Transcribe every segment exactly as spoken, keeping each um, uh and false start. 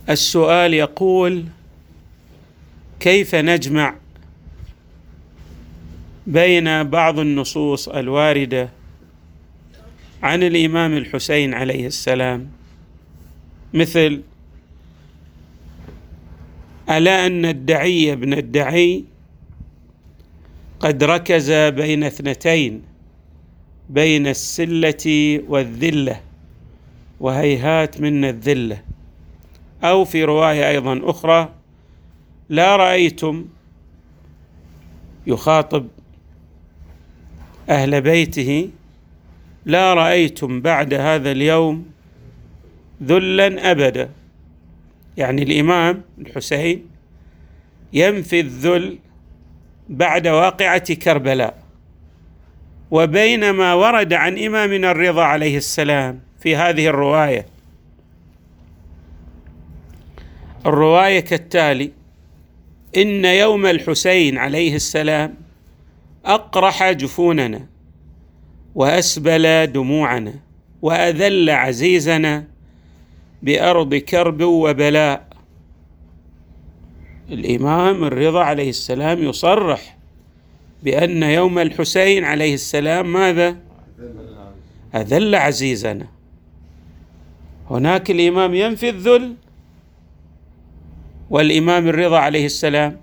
السؤال يقول: كيف نجمع بين بعض النصوص الواردة عن الإمام الحسين عليه السلام، مثل ألا أن الدعي بن الدعي قد ركز بين اثنتين، بين السلة والذلة، وهيهات منا الذلة. أو في رواية أيضا أخرى: لا رأيتم، يخاطب أهل بيته، لا رأيتم بعد هذا اليوم ذلا أبدا. يعني الإمام الحسين ينفي الذل بعد واقعة كربلاء. وبينما ورد عن إمامنا الرضا عليه السلام في هذه الرواية الرواية كالتالي: إن يوم الحسين عليه السلام أقرح جفوننا وأسبل دموعنا وأذل عزيزنا بأرض كرب وبلاء. الإمام الرضا عليه السلام يصرح بأن يوم الحسين عليه السلام ماذا؟ أذل عزيزنا. هناك الإمام ينفي الذل، والإمام الرضا عليه السلام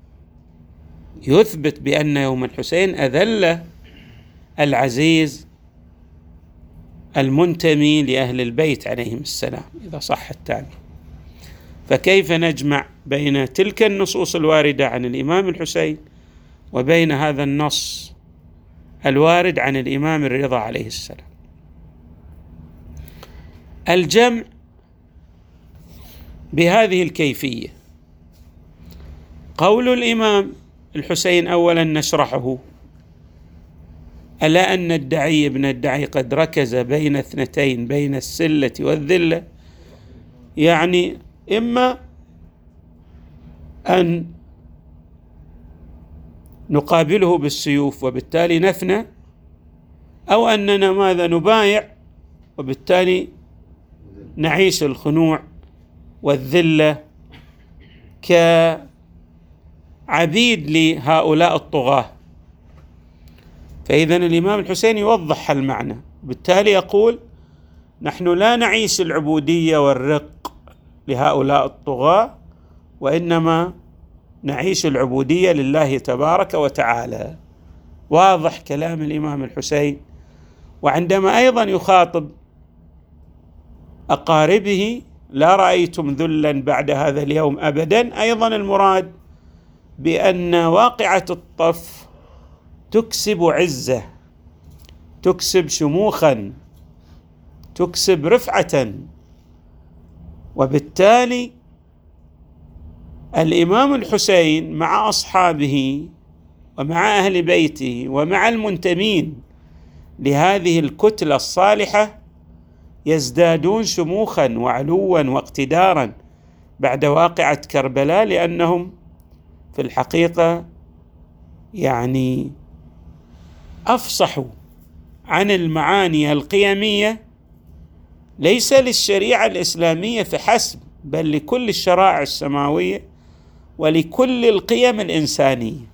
يثبت بأن يوم الحسين أذل العزيز المنتمي لأهل البيت عليهم السلام، إذا صح التعبير. فكيف نجمع بين تلك النصوص الواردة عن الإمام الحسين وبين هذا النص الوارد عن الإمام الرضا عليه السلام؟ الجمع بهذه الكيفية: قول الإمام الحسين أولا نشرحه: ألا أن الدعي بن الدعي قد ركز بين اثنتين، بين السلة والذلة، يعني إما أن نقابله بالسيوف وبالتالي نفنى، أو أننا ماذا؟ نبايع وبالتالي نعيش الخنوع والذلة كعبيد لهؤلاء الطغاة. فإذن الإمام الحسين يوضح المعنى، بالتالي يقول: نحن لا نعيش العبودية والرق لهؤلاء الطغاة، وإنما نعيش العبودية لله تبارك وتعالى. واضح كلام الإمام الحسين. وعندما أيضا يخاطب أقاربه: لا رأيتم ذلا بعد هذا اليوم أبدا، أيضا المراد بأن واقعة الطف تكسب عزة، تكسب شموخا، تكسب رفعة. وبالتالي الإمام الحسين مع أصحابه ومع أهل بيته ومع المنتمين لهذه الكتلة الصالحة يزدادون شموخا وعلوا واقتدارا بعد واقعة كربلاء، لأنهم في الحقيقة يعني أفصحوا عن المعاني القيمية، ليس للشريعة الإسلامية فحسب، بل لكل الشرائع السماوية ولكل القيم الإنسانية.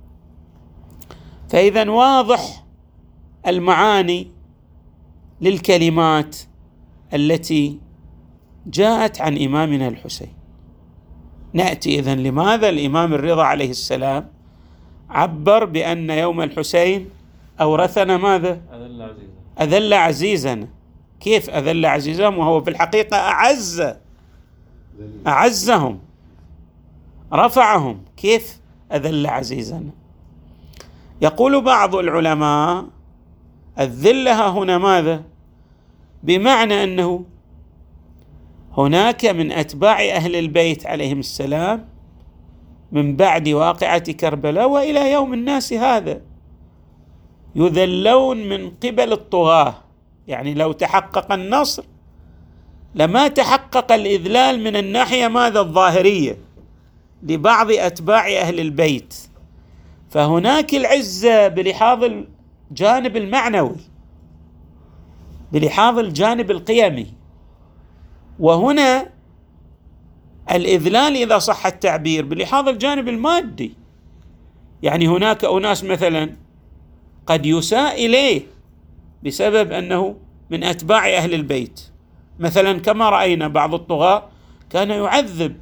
فإذا واضح المعاني للكلمات التي جاءت عن إمامنا الحسين. نأتي إذن لماذا الإمام الرضا عليه السلام عبر بأن يوم الحسين أورثنا ماذا؟ أذل عزيزا. أذل عزيزنا. كيف أذل عزيزهم وهو في الحقيقة أعز أعزهم، رفعهم؟ كيف أذل عزيزنا؟ يقول بعض العلماء: الذلة هنا ماذا؟ بمعنى أنه هناك من أتباع أهل البيت عليهم السلام من بعد واقعة كربلاء وإلى يوم الناس هذا يذلون من قبل الطغاة. يعني لو تحقق النصر لما تحقق الإذلال من الناحية ماذا؟ الظاهرية لبعض أتباع أهل البيت. فهناك العزة بلحاظ الجانب المعنوي، بلحاظ الجانب القيمي. وهنا الإذلال إذا صح التعبير بلحاظ الجانب المادي. يعني هناك أناس مثلا قد يساء إليه بسبب أنه من أتباع أهل البيت، مثلا كما رأينا بعض الطغاة كان يعذب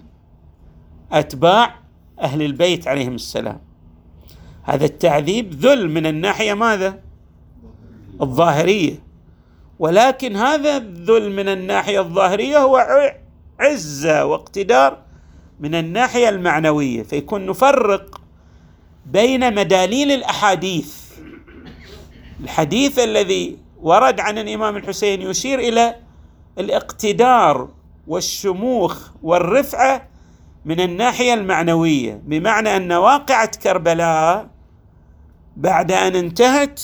أتباع أهل البيت عليهم السلام. هذا التعذيب ذل من الناحية ماذا؟ الظاهرية، ولكن هذا الذل من الناحية الظاهرية هو عزة واقتدار من الناحية المعنوية. فيكون نفرق بين مداليل الأحاديث. الحديث الذي ورد عن الإمام الحسين يشير إلى الاقتدار والشموخ والرفعة من الناحية المعنوية، بمعنى أن واقعة كربلاء بعد أن انتهت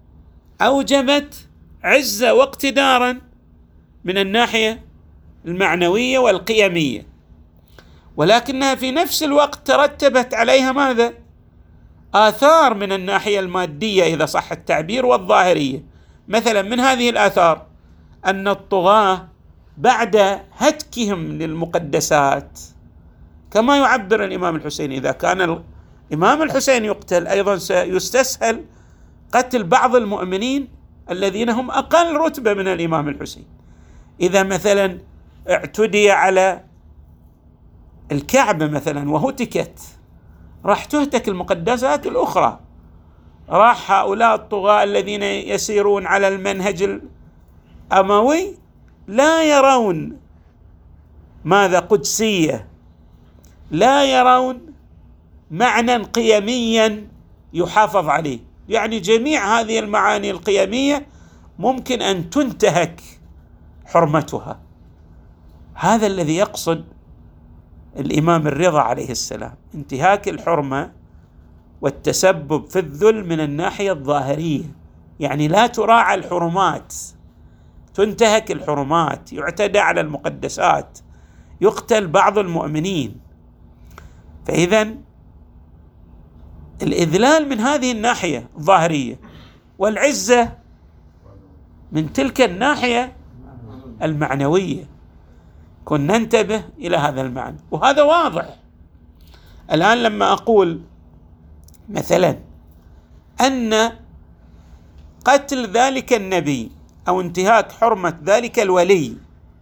أوجبت عزة واقتدارا من الناحية المعنوية والقيمية، ولكنها في نفس الوقت ترتبت عليها ماذا؟ آثار من الناحية المادية إذا صح التعبير والظاهرية. مثلا من هذه الآثار أن الطغاة بعد هتكهم للمقدسات، كما يعبر الإمام الحسين، إذا كان الإمام الحسين يقتل أيضا سيستسهل قتل بعض المؤمنين الذين هم أقل رتبة من الإمام الحسين. إذا مثلا اعتدي على الكعبة مثلا وهتكت، راح تهتك المقدسات الأخرى. راح هؤلاء الطغاة الذين يسيرون على المنهج الأموي لا يرون ماذا؟ قدسية، لا يرون معنى قيميا يحافظ عليه. يعني جميع هذه المعاني القيمية ممكن أن تنتهك حرمتها. هذا الذي يقصد الإمام الرضا عليه السلام، انتهاك الحرمة والتسبب في الذل من الناحية الظاهرية. يعني لا تراعى الحرمات، تنتهك الحرمات، يعتدى على المقدسات، يقتل بعض المؤمنين. فإذا الإذلال من هذه الناحية الظاهرية، والعزة من تلك الناحية المعنوية. كنا ننتبه إلى هذا المعنى، وهذا واضح. الآن لما أقول مثلا أن قتل ذلك النبي أو انتهاك حرمة ذلك الولي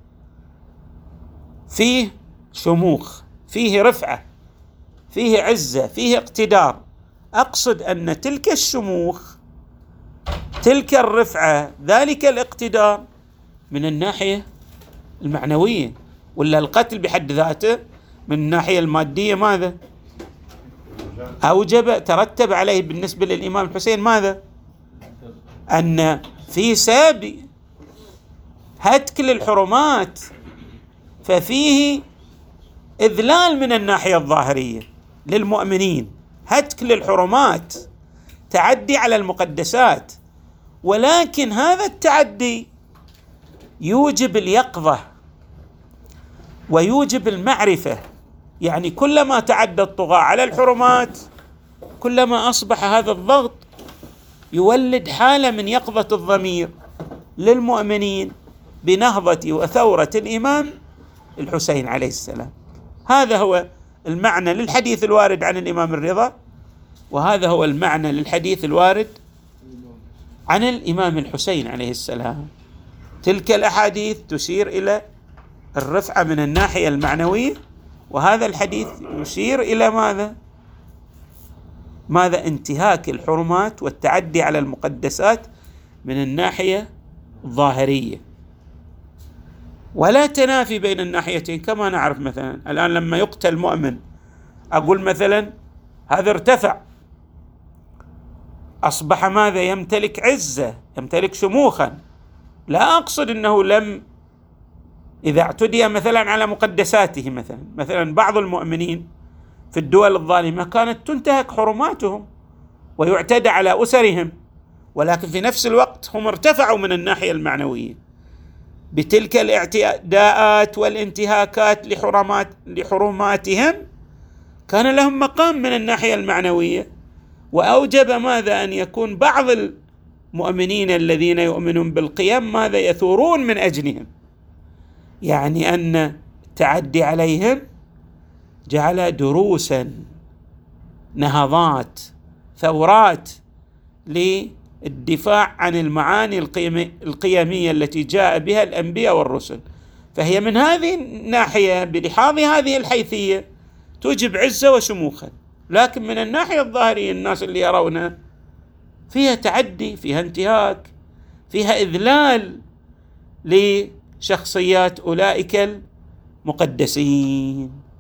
فيه شموخ، فيه رفعة، فيه عزة، فيه اقتدار، أقصد أن تلك الشموخ، تلك الرفعة، ذلك الاقتدار من الناحية المعنوية. ولا القتل بحد ذاته من الناحية المادية ماذا؟ أوجب ترتب عليه بالنسبة للإمام الحسين ماذا؟ أن في سبب هتك للحرمات، ففيه إذلال من الناحية الظاهرية للمؤمنين، هتك للحرمات، تعدي على المقدسات. ولكن هذا التعدي يوجب اليقظة ويوجب المعرفة. يعني كلما تعدى الطغاة على الحرمات كلما أصبح هذا الضغط يولد حالة من يقظة الضمير للمؤمنين بنهضة وثورة الإمام الحسين عليه السلام. هذا هو المعنى للحديث الوارد عن الإمام الرضا، وهذا هو المعنى للحديث الوارد عن الإمام الحسين عليه السلام. تلك الأحاديث تشير إلى الرفعة من الناحية المعنوية، وهذا الحديث يشير إلى ماذا؟ ماذا؟ انتهاك الحرمات والتعدي على المقدسات من الناحية الظاهرية. ولا تنافي بين الناحيتين. كما نعرف مثلا الآن لما يقتل مؤمن، أقول مثلا هذا ارتفع، أصبح ماذا؟ يمتلك عزة، يمتلك شموخا. لا أقصد أنه لم، إذا اعتدي مثلا على مقدساته، مثلا مثلا بعض المؤمنين في الدول الظالمة كانت تنتهك حرماتهم ويعتدى على أسرهم، ولكن في نفس الوقت هم ارتفعوا من الناحية المعنوية بتلك الاعتداءات والانتهاكات لحرمات لحرماتهم. كان لهم مقام من الناحية المعنوية، وأوجب ماذا؟ أن يكون بعض المؤمنين الذين يؤمنون بالقيم ماذا؟ يثورون من أجلهم. يعني أن التعدي عليهم جعلها دروسا، نهضات، ثورات للدفاع عن المعاني القيمية التي جاء بها الأنبياء والرسل. فهي من هذه الناحية بلحاظ هذه الحيثية توجب عزة وشموخا، لكن من الناحية الظاهرية الناس اللي يرونها فيها تعدي، فيها انتهاك، فيها إذلال لشخصيات أولئك المقدسين.